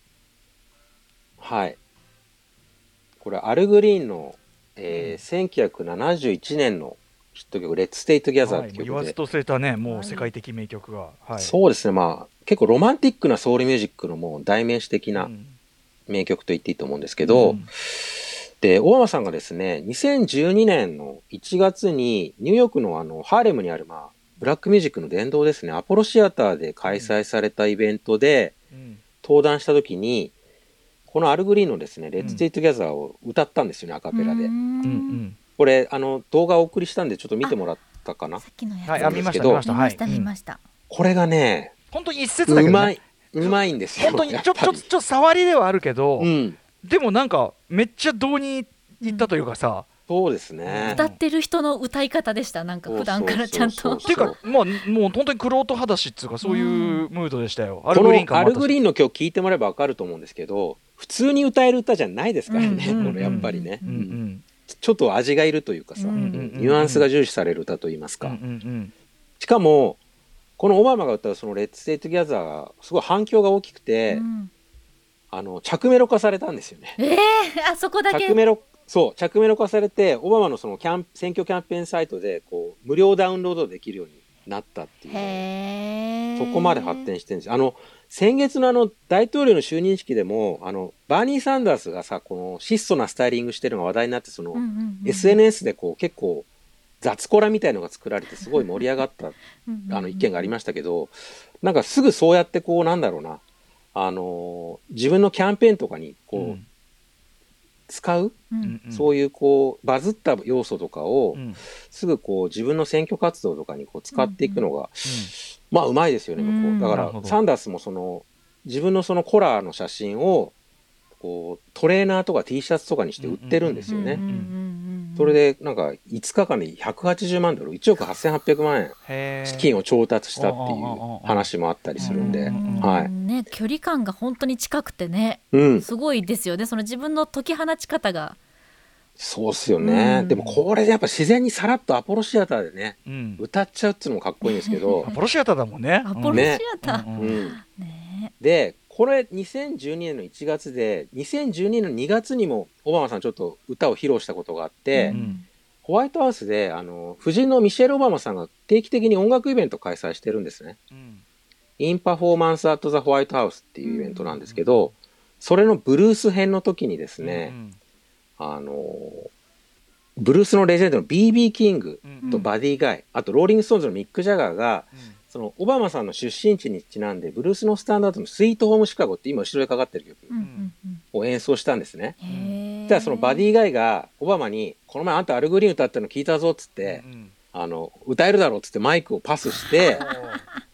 はい、これアル・グリーンの、えー、せんきゅうひゃくななじゅういちねんのヒット曲レッツ・ステイ・トゥギャザーって曲で、 言わずとすれたねもう世界的名曲が、はい、 そうですね。まあ結構ロマンティックなソウルミュージックのもう代名詞的な名曲と言っていいと思うんですけど、うん、でオバマさんがですねにせんじゅうにねんのいちがつにニューヨークのあのハーレムにある、まあ、ブラックミュージックの殿堂ですねアポロシアターで開催されたイベントで登壇した時にこのアル・グリーンのですねレッツ・ステイ・トゥギャザーを歌ったんですよね、アカペラで。うんうんこれあの動画をお送りしたんでちょっと見てもらったかな。 さっきのやつ、 はい、あ見ました見ました見ました見ました、 うん、これがね本当に一節だけど、ね、 うまいうまいんですよ。 本当にちょちょちょちょ触りではあるけど、 うん、 でもなんかめっちゃ胴にいったというかさ、 そうですね歌ってる人の歌い方でした。なんか普段からちゃんとっていうかまあもう本当に玄人裸足っていうかそういうムードでしたよ、 うん、アルグリーンこのアルグリーンの曲聴いてもらえば分かると思うんですけど普通に歌える歌じゃないですからね、うんうんうん、これやっぱりね、うんうんちょっと味がいるというかさ、うんうんうん、ニュアンスが重視される歌といいますか、うんうんうん、しかもこのオバマが歌うそのレッツ・ステイ・トゥギャザーがすごい反響が大きくて、うん、あの着メロ化されたんですよね。 えー、あそこだけ着メロそう着メロ化されてオバマのそのキャン選挙キャンペーンサイトでこう無料ダウンロードできるようになったっていう、ね、そこまで発展してるんですよ。あの先月のあの大統領の就任式でもあのバーニー・サンダースがさこの質素なスタイリングしてるのが話題になってその、うんうんうん、エスエヌエス でこう結構雑コラみたいのが作られてすごい盛り上がったあの意見がありましたけどなんかすぐそうやってこうなんだろうなあの自分のキャンペーンとかにこう、うん使う、うんうん、そういうこうバズった要素とかを、うん、すぐこう自分の選挙活動とかにこう使っていくのが、うんうん、まあうまいですよね、向こう。だからサンダースもその自分のそのコラーの写真をこうトレーナーとか T シャツとかにして売ってるんですよね。それでなんかいつかかんでひゃくはちじゅうまんドルいちおくはっせんはっぴゃくまんえん資金を調達したっていう話もあったりするんで、はいね、距離感が本当に近くてね、うん、すごいですよね。その自分の解き放ち方がそうっすよね、うん、でもこれでやっぱ自然にさらっとアポロシアターでね、うん、歌っちゃうっていうのもかっこいいんですけどアポロシアターだもんね。 アポロシアター、 ねうんね、でこれにせんじゅうにねんのいちがつでにせんじゅうにねんのにがつにもオバマさんちょっと歌を披露したことがあって、うん、ホワイトハウスであの夫人のミシェル・オバマさんが定期的に音楽イベントを開催してるんですね、うん、インパフォーマンス・アット・ザ・ホワイトハウスっていうイベントなんですけど、うん、それのブルース編の時にですね、うん、あのブルースのレジェンドの ビービー キングとバディ・ガイ、うん、あとローリング・ストーンズのミック・ジャガーが、うんそのオバマさんの出身地にちなんでブルースのスタンダードのスイートホームシカゴって今後ろでかかってる曲を演奏したんですね。じゃあそのバディガイがオバマにこの前あんたアルグリーン歌ったの聞いたぞっつって、うん、あの歌えるだろうっつってマイクをパスして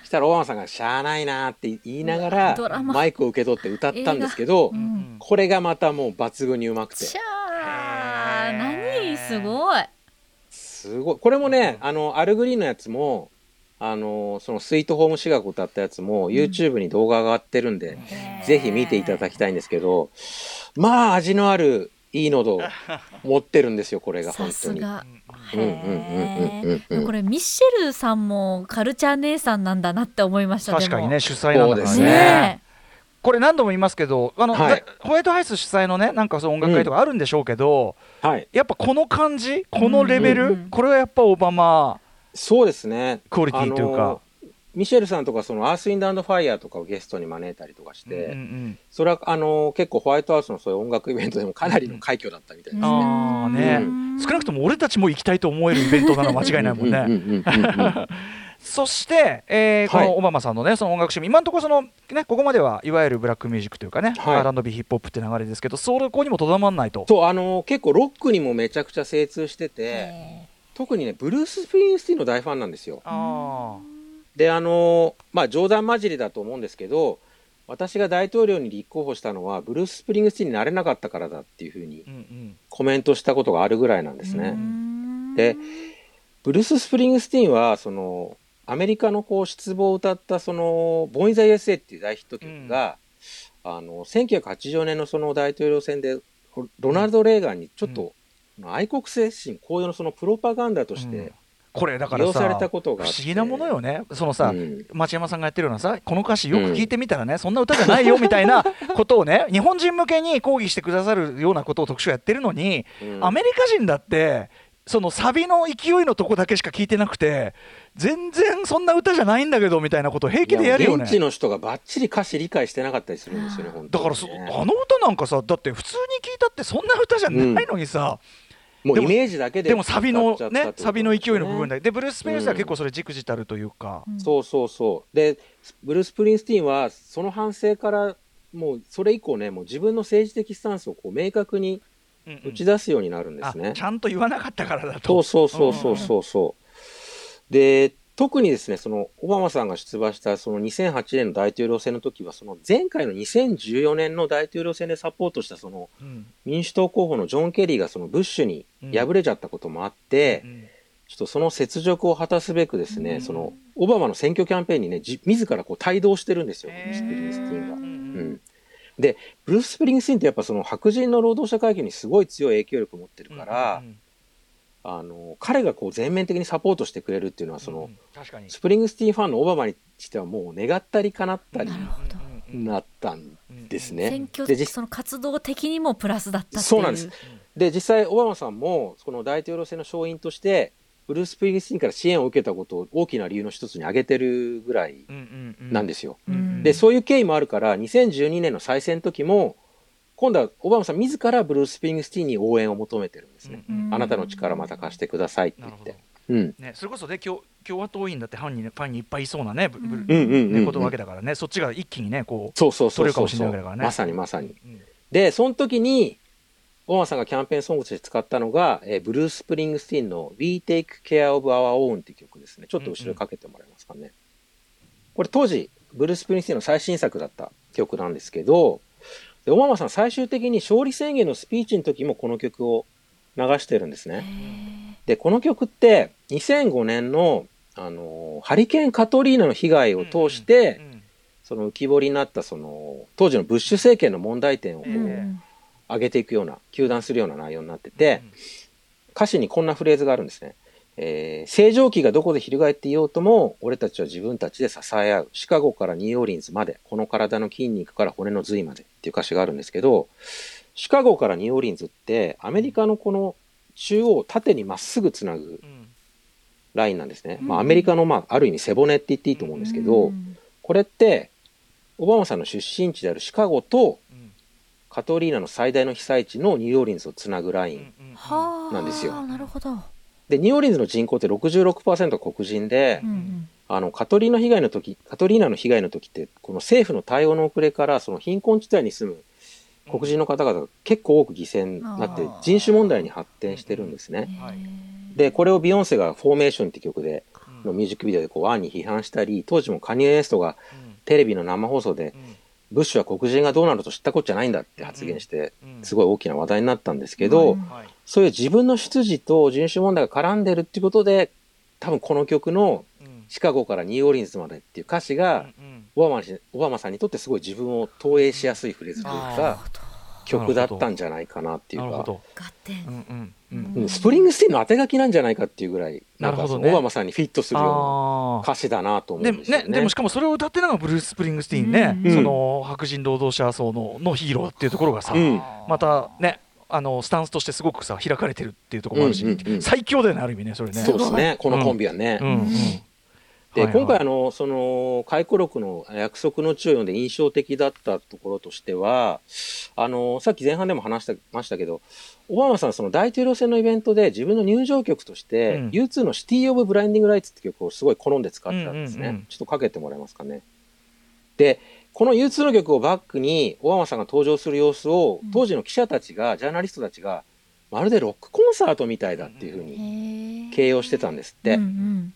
したらオバマさんがしゃあないなって言いながらマイクを受け取って歌ったんですけど、うん、これがまたもう抜群にうまくて、 しゃー何すごいすごい。これもね、あのアルグリーンのやつもあのそのスイートホーム私学を歌ったやつも YouTube に動画が上がってるんで、うん、ぜひ見ていただきたいんですけど、まあ味のあるいい喉を持ってるんですよこれが本当に。さすが。これミッシェルさんもカルチャー姉さんなんだなって思いました。 確かにね、主催なんですね。ねこれ何度も言いますけど、あの、はい、ホワイトハウス主催のねなんかその音楽会とかあるんでしょうけど、うんはい、やっぱこの感じこのレベル、うんうんうん、これはやっぱオバマそうですねクオリティというか、 ミシェルさんとかそのアース・ウィンド・アンド・ファイヤーとかをゲストに招いたりとかして、うんうん、それはあの結構ホワイトハウスのそういう音楽イベントでもかなりの快挙だったみたいですね。 あね、うん、少なくとも俺たちも行きたいと思えるイベントなの間違いないもんね。そして、えー、このオバマさんのねその音楽趣味、今のところその、ね、ここまではいわゆるブラックミュージックというかね、はい、アールアンドビー ヒップホップって流れですけど、そこにもとどまらないと。 そう、あの結構ロックにもめちゃくちゃ精通してて、特にねブルース・スプリングスティーンの大ファンなんですよ。あであのまあ冗談交じりだと思うんですけど、私が大統領に立候補したのはブルース・スプリングスティーンになれなかったからだっていうふうにコメントしたことがあるぐらいなんですね。でブルース・スプリングスティーンはそのアメリカのこう失望を歌ったそのボーン・イン・ザ・ユーエスエーっていう大ヒット曲が、うん、あのせんきゅうひゃくはちじゅうよねんのその大統領選でロナルド・レーガンにちょっと、うん、愛国精神高揚のそのプロパガンダとして、うんこれだからさ不思議なものよね。そのさ、うん、町山さんがやってるようなさこの歌詞よく聞いてみたらね、うん、そんな歌じゃないよみたいなことをね日本人向けに抗議してくださるようなことを特集やってるのに、うん、アメリカ人だってそのサビの勢いのとこだけしか聞いてなくて全然そんな歌じゃないんだけどみたいなことを平気でやるよね。 現地の人がバッチリ歌詞理解してなかったりするんですよね。本当にね。 だからそあの歌なんかさだって普通に聞いたってそんな歌じゃないのにさ、うんもうイメージだけででもサビのねサビの勢いの部分だけでブルース・スプリングスティーンは結構それ軸じたるというか、 うん、そうそうそうでブルース・スプリングスティーンはその反省からもうそれ以降ねもう自分の政治的スタンスをこう明確に打ち出すようになるんですね、うんうん、 ちゃんと言わなかったからだと。 そうそうそうそうそうそう、うんうん、で特にですねそのオバマさんが出馬したそのにせんはちねんの大統領選の時はその前回のにせんじゅうよねんの大統領選でサポートしたその民主党候補のジョン・ケリーがそのブッシュに敗れちゃったこともあって、うんうん、ちょっとその雪辱を果たすべくですね、うん、そのオバマの選挙キャンペーンにねじ自らこう帯同してるんですよ、スプリングスティーンが、うん、でブルース・スプリングスティーンってやっぱその白人の労働者階級にすごい強い影響力を持ってるから、うんうんあの彼がこう全面的にサポートしてくれるっていうのはその、うん、確かにスプリングスティーンファンのオバマにしてはもう願ったり叶ったりなったんですね。 選挙でその活動的にもプラスだったっていう。 そうなんです。で実際オバマさんもその大統領選の勝因としてブルース・スプリングスティーンから支援を受けたことを大きな理由の一つに挙げてるぐらいなんですよ、うんうんうん、でそういう経緯もあるからにせんじゅうにねんの再選の時も今度はオバマさん自らブルース・スプリングスティーンに応援を求めてるんですね、うんうん、あなたの力また貸してくださいって言って、うんね、それこそ、ね、共, 共和党員だってファンに、ね、ファンにいっぱいいそうなね、うんうんね、ことわけだからねそっちが一気にねこうそうそうそうそう取れるかもしれないわけだからね。 まさにまさに、うん、でその時にオバマさんがキャンペーンソングとして使ったのが、えー、ブルース・スプリングスティーンの We Take Care of Our Own っていう曲ですね。ちょっと後ろかけてもらえますかね、うんうん、これ当時ブルース・スプリングスティーンの最新作だった曲なんですけどでオバマさん最終的に勝利宣言のスピーチの時もこの曲を流してるんですね。でこの曲ってにせんごねんの、あのー、ハリケーンカトリーナの被害を通して、うんうんうん、その浮き彫りになったその当時のブッシュ政権の問題点をこう、うん上げていくような糾弾するような内容になってて、うん、歌詞にこんなフレーズがあるんですね、えー、正常期がどこで翻っていようとも俺たちは自分たちで支え合うシカゴからニューオーリンズまでこの体の筋肉から骨の髄までっていう歌詞があるんですけどシカゴからニューオーリンズってアメリカのこの中央を縦にまっすぐつなぐラインなんですね、うんまあ、アメリカの、まあ、ある意味背骨って言っていいと思うんですけど、うん、これってオバマさんの出身地であるシカゴとカトリーナの最大の被災地のニューオーリンズをつなぐラインなんですよ。 はあ、なるほど。 でニューオーリンズの人口って ろくじゅうろくパーセント 黒人で、うんうん、あのカトリーナ被害の時カトリーナの被害の時ってこの政府の対応の遅れからその貧困地帯に住む黒人の方々が結構多く犠牲になって人種問題に発展してるんですね。でこれをビヨンセがフォーメーションって曲でのミュージックビデオでこうワンに批判したり、当時もカニエ・ウェストがテレビの生放送で、ブッシュは黒人がどうなると知ったこっちゃないんだって発言して、すごい大きな話題になったんですけど、そういう自分の出自と人種問題が絡んでるっていうことで、多分この曲のシカゴからニューオーリンズまでっていう歌詞が、オバマに、オバマさんにとってすごい自分を投影しやすいフレーズというか、曲だったんじゃないかなっていうか、スプリングスティーンの当て書きなんじゃないかっていうぐらい、なんかオバマさんにフィットするような歌詞だなと思うんですよね。 で, ねでもしかもそれを歌ってるのがブルース・スプリングスティーンね、うん、その白人労働者層 の, のヒーローっていうところがさ、うん、またねあのスタンスとしてすごくさ開かれてるっていうところもあるし、うんうんうん、最強だよねある意味ねそれね。 そうですねこのコンビはね。うんうんうんで、はいはい、今回あのその回顧録の約束の地を読んで印象的だったところとしては、あのさっき前半でも話してましたけど、オバマさんその大統領選のイベントで自分の入場曲として、うん、ユーツー のシティオブブラインディングライツって曲をすごい好んで使ってたんですね、うんうんうん、ちょっとかけてもらえますかね。でこの ユーツー の曲をバックにオバマさんが登場する様子を、うん、当時の記者たちがジャーナリストたちがまるでロックコンサートみたいだっていう風に形容してたんですって、うんうん、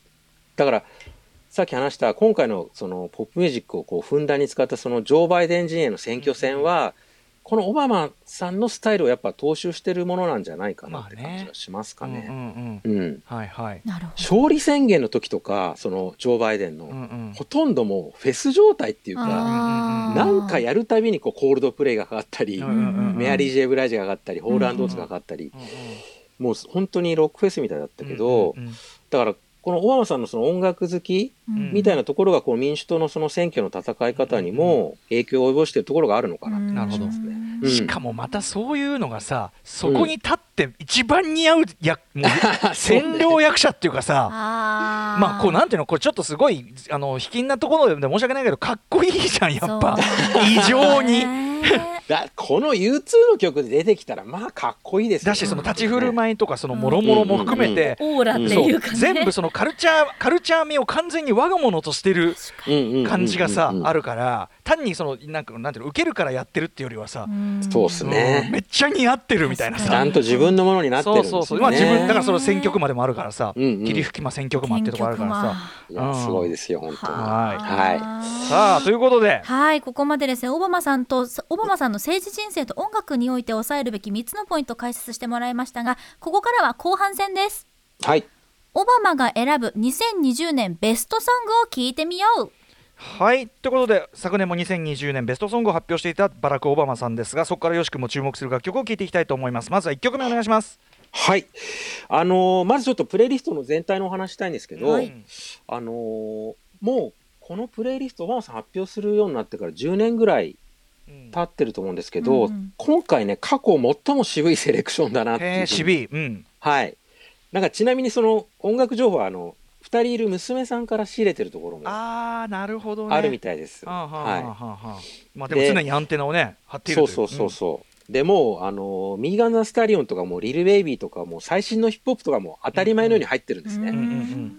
だからさっき話した今回のそのポップミュージックをこうふんだんに使ったそのジョー・バイデン陣営の選挙戦はこのオバマさんのスタイルをやっぱ踏襲してるものなんじゃないかなって感じがしますかね。勝利宣言の時とかそのジョー・バイデンの、うんうん、ほとんどもうフェス状態っていうかなんかやるたびにこうコールドプレイがかかったり、うんうんうん、メアリー・ジェイ・ブライジがかかったり、ホール・アンド・オーツがかかったり、うんうん、もう本当にロックフェスみたいだったけど、うんうんうん、だからこのオバマさんのその音楽好きみたいなところがこの民主党のその選挙の戦い方にも影響を及ぼしているところがあるのかなって感じますね。 うん、しかもまたそういうのがさそこに立って一番似合うや、うん、もう占領役者っていうかさあまあこうなんていうのこれちょっとすごいあの卑近なところで申し訳ないけどかっこいいじゃんやっぱ異常にだこの ユーツー の曲で出てきたらまあかっこいいですよね。 だしその立ち振る舞いとかそのもろもろも含めて、 うんうんうん、オーラっていうかね全部そのカルチャーカルチャー味を完全に我が物としてる感じがさあるから単にそのなんかなんていうの受けるからやってるっていうよりはさそうっすね、 うん、めっちゃ似合ってるみたいなさちゃんと自分のものになってるんですよね。 そうそうそう、まあ、自分だからその選曲までもあるからさ、うんうん、霧吹き間選曲間ってとこあるからさいやすごいですよ本当に。 はい、はい、さあということではいここまでですねオバマさんとオバマさんの政治人生と音楽において抑えるべきみっつのポイントを解説してもらいましたがここからは後半戦です。 はいオバマが選ぶにせんにじゅうねんベストソングを聞いてみよう。 はいということで昨年もにせんにじゅうねんベストソングを発表していたバラク・オバマさんですがそこからよしくも注目する楽曲を聴いていきたいと思います。まずはいっきょくめお願いします。 はいあのー、まずちょっとプレイリストの全体のお話したいんですけど、はい、あのー、もうこのプレイリストオバマさん発表するようになってからじゅうねんぐらい経ってると思うんですけど、うん、今回ね過去最も渋いセレクションだなっていう。 渋い、うん、 はいなんかちなみにその音楽情報はあのふたりいる娘さんから仕入れてるところもあーなるほどねあるみたいです。 あははははまあでも常にアンテナをね張っているという。 そうそうそうそう、うん、でもあのミーガン・ザ・スタリオンとかもリル・ベイビーとかも最新のヒップホップとかも当たり前のように入ってるんですね、うんうんうん、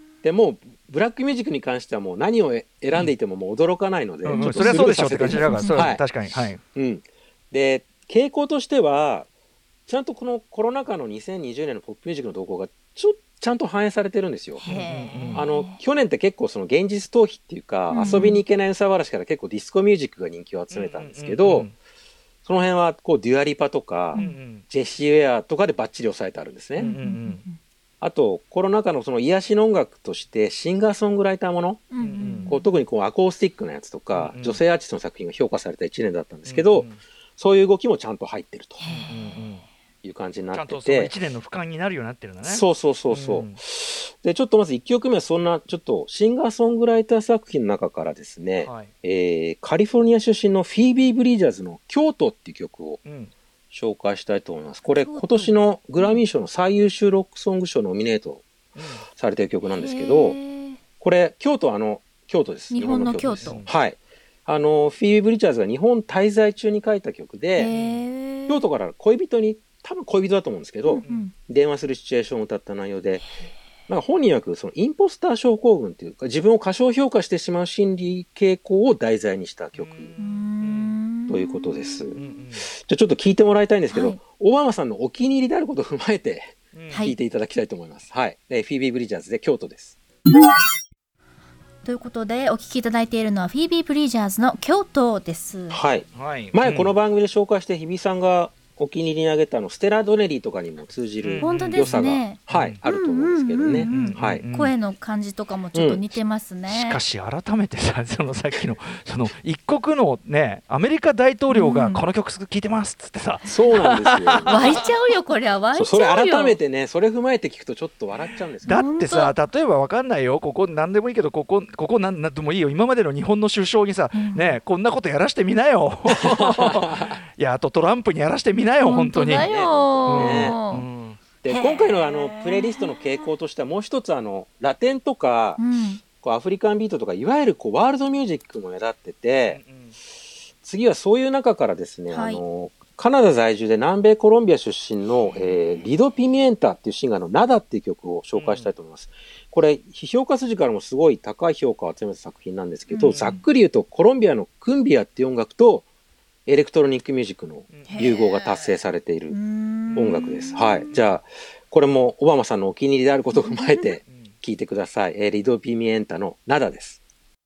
でもうブラックミュージックに関してはもう何を選んでいてももう驚かないので、 うんうんうん、それはそうでしょって感じだからそれは確かに、はいうん、で傾向としてはちゃんとこのコロナ禍のにせんにじゅうねんのポップミュージックの動向がちょっとちゃんと反映されてるんですよ。あの去年って結構その現実逃避っていうか、うん、遊びに行けない憂さ晴らしから結構ディスコミュージックが人気を集めたんですけど、うんうんうん、その辺はこうデュアリパとか、うんうん、ジェシー・ウェアとかでバッチリ抑えてあるんですね、うんうんうん、あとコロナ禍のその癒しの音楽としてシンガーソングライターもの、うんうん、こう特にこうアコースティックなやつとか、うんうん、女性アーティストの作品が評価されたいちねんだったんですけど、うんうん、そういう動きもちゃんと入ってると、うんうんいう感じになっててちゃんとそのいちねんの俯瞰になるようになってるんだね。 そうそうそうそう、うん、でちょっとまずいっきょくめはそんなちょっとシンガーソングライター作品の中からですね、はいえー、カリフォルニア出身のフィービー・ブリージャーズの京都っていう曲を紹介したいと思います。これ今年のグラミー賞の最優秀ロックソング賞ノミネートされている曲なんですけど、うん、これ京都はあの京都です。 日本の京都。 はいあのフィービー・ブリージャーズが日本滞在中に書いた曲で京都から恋人に多分恋人だと思うんですけど、うんうん、電話するシチュエーションを歌った内容でなんか本人曰くそのインポスター症候群というか自分を過小評価してしまう心理傾向を題材にした曲ということです。うんうん、じゃあちょっと聞いてもらいたいんですけど、はい、オバマさんのお気に入りであることを踏まえて聞いていただきたいと思います。はい、はい、フィービー・ブリージャーズで京都です。 ということでお聞きいただいているのはフィービー・ブリージャーズの京都です。 はい、 はい、 前この番組で紹介して日比さんがお気に入りに挙げたのステラ・ドネリーとかにも通じる良さが、ね、はい、あると思うんですけどね、はい、 声の感じとかもちょっと似てますね、 うん、しかし改めてさ、そのさっきのその一国のねアメリカ大統領がこの曲聴いてますっつってさ、 うん、そうなんですよ湧いちゃうよこれは湧いちゃうよ。 そ, それ改めてね、それ踏まえて聞くとちょっと笑っちゃうんですけど、 だってさ、例えばわかんないよ、ここ何でもいいけど、ここここ何でもいいよ、今までの日本の首相にさ、うん、ねこんなことやらしてみなよいや、あとトランプにやらしてみなよ本当に。 ね、 うん、で今回のあのプレイリストの傾向としてはもう一つ、あのラテンとか、うん、こうアフリカンビートとかいわゆるこうワールドミュージックも目立ってて、うんうん、次はそういう中からですね、はい、あのカナダ在住で南米コロンビア出身の、えー、リド・ピミエンタっていうシンガーのナダっていう曲を紹介したいと思います、うん、これ評価筋からもすごい高い評価を集めた作品なんですけど、うん、ざっくり言うとコロンビアのクンビアっていう音楽とエレクトロニックミュージックの融合が達成されている音楽です。はい。じゃあ、これもオバマさんのお気に入りであることを踏まえて聴いてください。えー、リド・ピミエンタのナダです。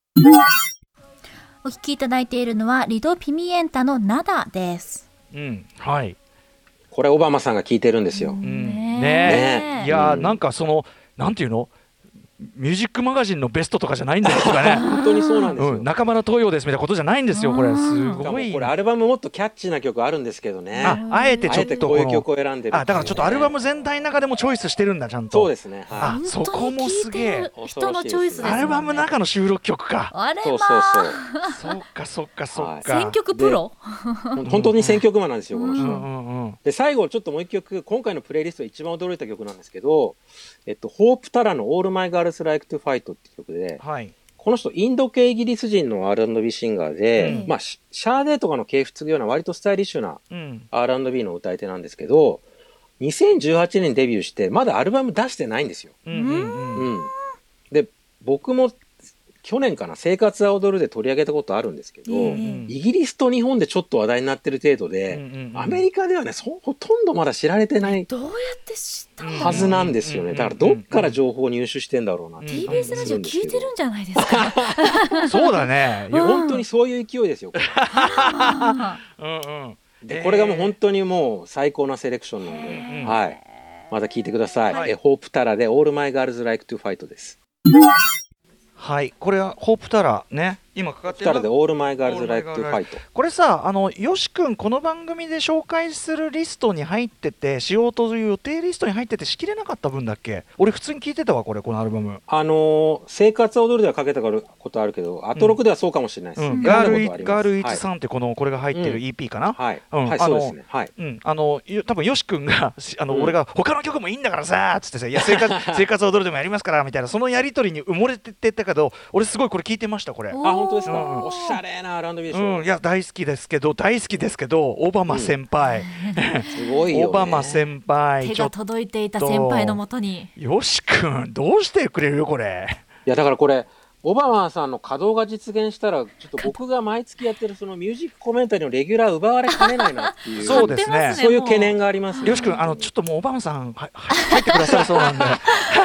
お聴きいただいているのはリド・ピミエンタのナダです。 うん。はい。 これオバマさんが聴いてるんですよ。 うん、ねえ。ねいやー、うん、なんかその、なんていうのミュージックマガジンのベストとかじゃないんですかね本当にそうなんですよ、 うん、中村東洋ですみたいなことじゃないんですよ。これすごい、 これアルバムもっとキャッチーな曲あるんですけどね、 あ, あえてちょっとこういう曲を選んでる、 あだからちょっとアルバム全体の中でもチョイスしてるんだちゃんと。 そうですね、 はい、あそこもすげえ人のチョイスです、ね、 アルバムの中の収録曲か。 あれそうそうそうそっかそっかそっか、 選曲プロ本当に選曲マンなんですよこの人、 うんうんうん、 で最後ちょっともう一曲、今回のプレイリストで一番驚いた曲なんですけど、えっと、ホープ・タラの All My Girls Like to Fightっていう曲で、はい、この人インド系イギリス人の アールアンドビー シンガーで、うんまあ、シャーデーとかの系譜継ぐような割とスタイリッシュな アールアンドビー の歌い手なんですけど、にせんじゅうはちねんにデビューしてまだアルバム出してないんですよ、うんうんうん、で僕も去年かな生活は踊るで取り上げたことあるんですけど、うんうん、イギリスと日本でちょっと話題になってる程度で、うんうんうん、アメリカではねそほとんどまだ知られてないどうやって知ったはずなんですよね。だからどっから情報を入手してんだろうなって、うんうん、 ティービーエス ラジオ聞いてるんじゃないですかそうだね、 いや本当にそういう勢いですよこれうんうんでこれがもう本当にもう最高なセレクションなので、うん、はい、また聞いてください、はい、えホープタラで All My Girls Like to Fight です。 はい、これはホープタラね、今かかってるのでオールマイガールズライクトゥファイト。 これさ、あのよし君この番組で紹介するリストに入ってて、しようという予定リストに入っててしきれなかった分だっけ。俺普通に聞いてたわこれ、このアルバム。 あのー、生活踊るではかけたことあるけど、アトロクではそうかもしれないです。 うんうん、ガールイガールイーツさんってこのこれが入ってる イーピー かな。 はい。うん、はい、そうですね。はい。 うん、あの多分よし君があの、うん、俺が他の曲もいいんだからさーっつってさ、いや生活生活踊るでもやりますからみたいな、そのやり取りに埋もれてってたけど、俺すごいこれ聞いてましたこれ。あ、 本当ですか。うん、おしゃれな アールアンドビー でしょ。 うん、いや大好きですけど大好きですけどオバマ先輩、 うん、すごいよね。 オバマ先輩手が届いていた先輩のもとによし君どうしてくれるよこれ。 いやだからこれオバマさんの稼働が実現したらちょっと僕が毎月やってるそのミュージックコメンタリーのレギュラー奪われかねないなっていうそうですね、 そういう懸念がありますよ、ね、 よし君あのちょっともうオバマさんは入ってくださるそうなんで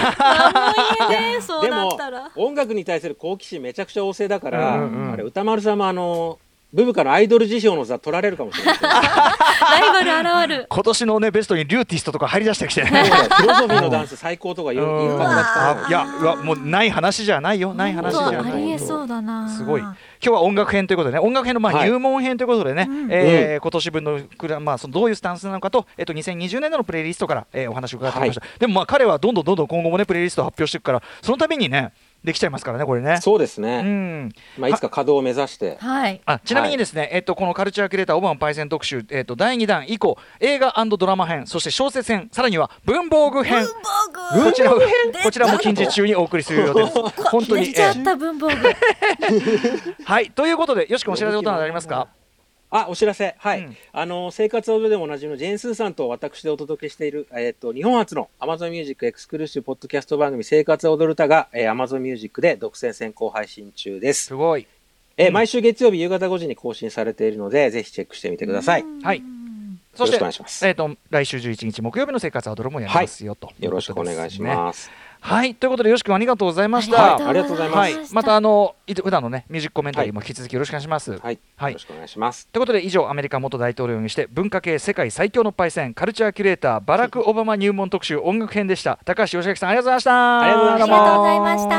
そうだったらでも音楽に対する好奇心めちゃくちゃ旺盛だから、うんうん、あれ歌丸さんもあのブブカのアイドル辞表の座取られるかもしれないライバル現る今年のねベストにリューティストとか入り出してきてフィロソフィーのダンス最高とか言う感じだった。 いやうわもうない話じゃないよ、ない話じゃない。 ありえそうだな。 すごい。今日は音楽編ということでね、音楽編のまあ入門編ということでね、はいえーうん、今年分のまあそのどういうスタンスなのかと、えっとにせんにじゅうねんどのプレイリストから、えー、お話を伺ってきました、はい、でもまあ彼はどんどんどんどん今後もねプレイリストを発表していくから、そのためにねできちゃいますからねこれね。 そうですね、うんまあ、いつか稼働を目指して、 はい、 あちなみにですね、はいえっと、このカルチャーキュレーターオバマパイセン特集、えっと、だいにだん以降映画&ドラマ編、そして小説編、さらには文房具編、こちらもこちらも近日中にお送りする予定です本当に出ちゃった文房具はいということでよしくんお知らせことなどありますか。 あお知らせはい、うん、あの生活踊るでもおなじみのジェーン・スーさんと私でお届けしている、えー、と日本初の Amazon Music エクスクルーシブポッドキャスト番組生活踊る歌が、えー、Amazon Music で独占先行配信中です。 すごい、 えーうん、毎週月曜日夕方ごじに更新されているのでぜひチェックしてみてください。 はいそして、えー、と来週じゅういちにち木曜日の生活踊るもやりますよ、はい、とよろしくお願いします。 はいということでよし君ありがとうございました。 ありがとうございます、はい、 またあの普段のねミュージックコメンタリーも引き続きよろしくお願いします。 はい、はい、よろしくお願いします。 ということで以上アメリカ元大統領にして文化系世界最強のパイセンカルチャーキュレーターバラク・オバマ入門特集音楽編でした。高橋義明さんありがとうございました。 ありがとうございました。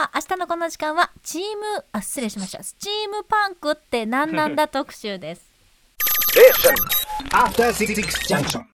明日のこの時間はチームあ失礼しましたスチームパンクって何なんだ特集です。After Six Junction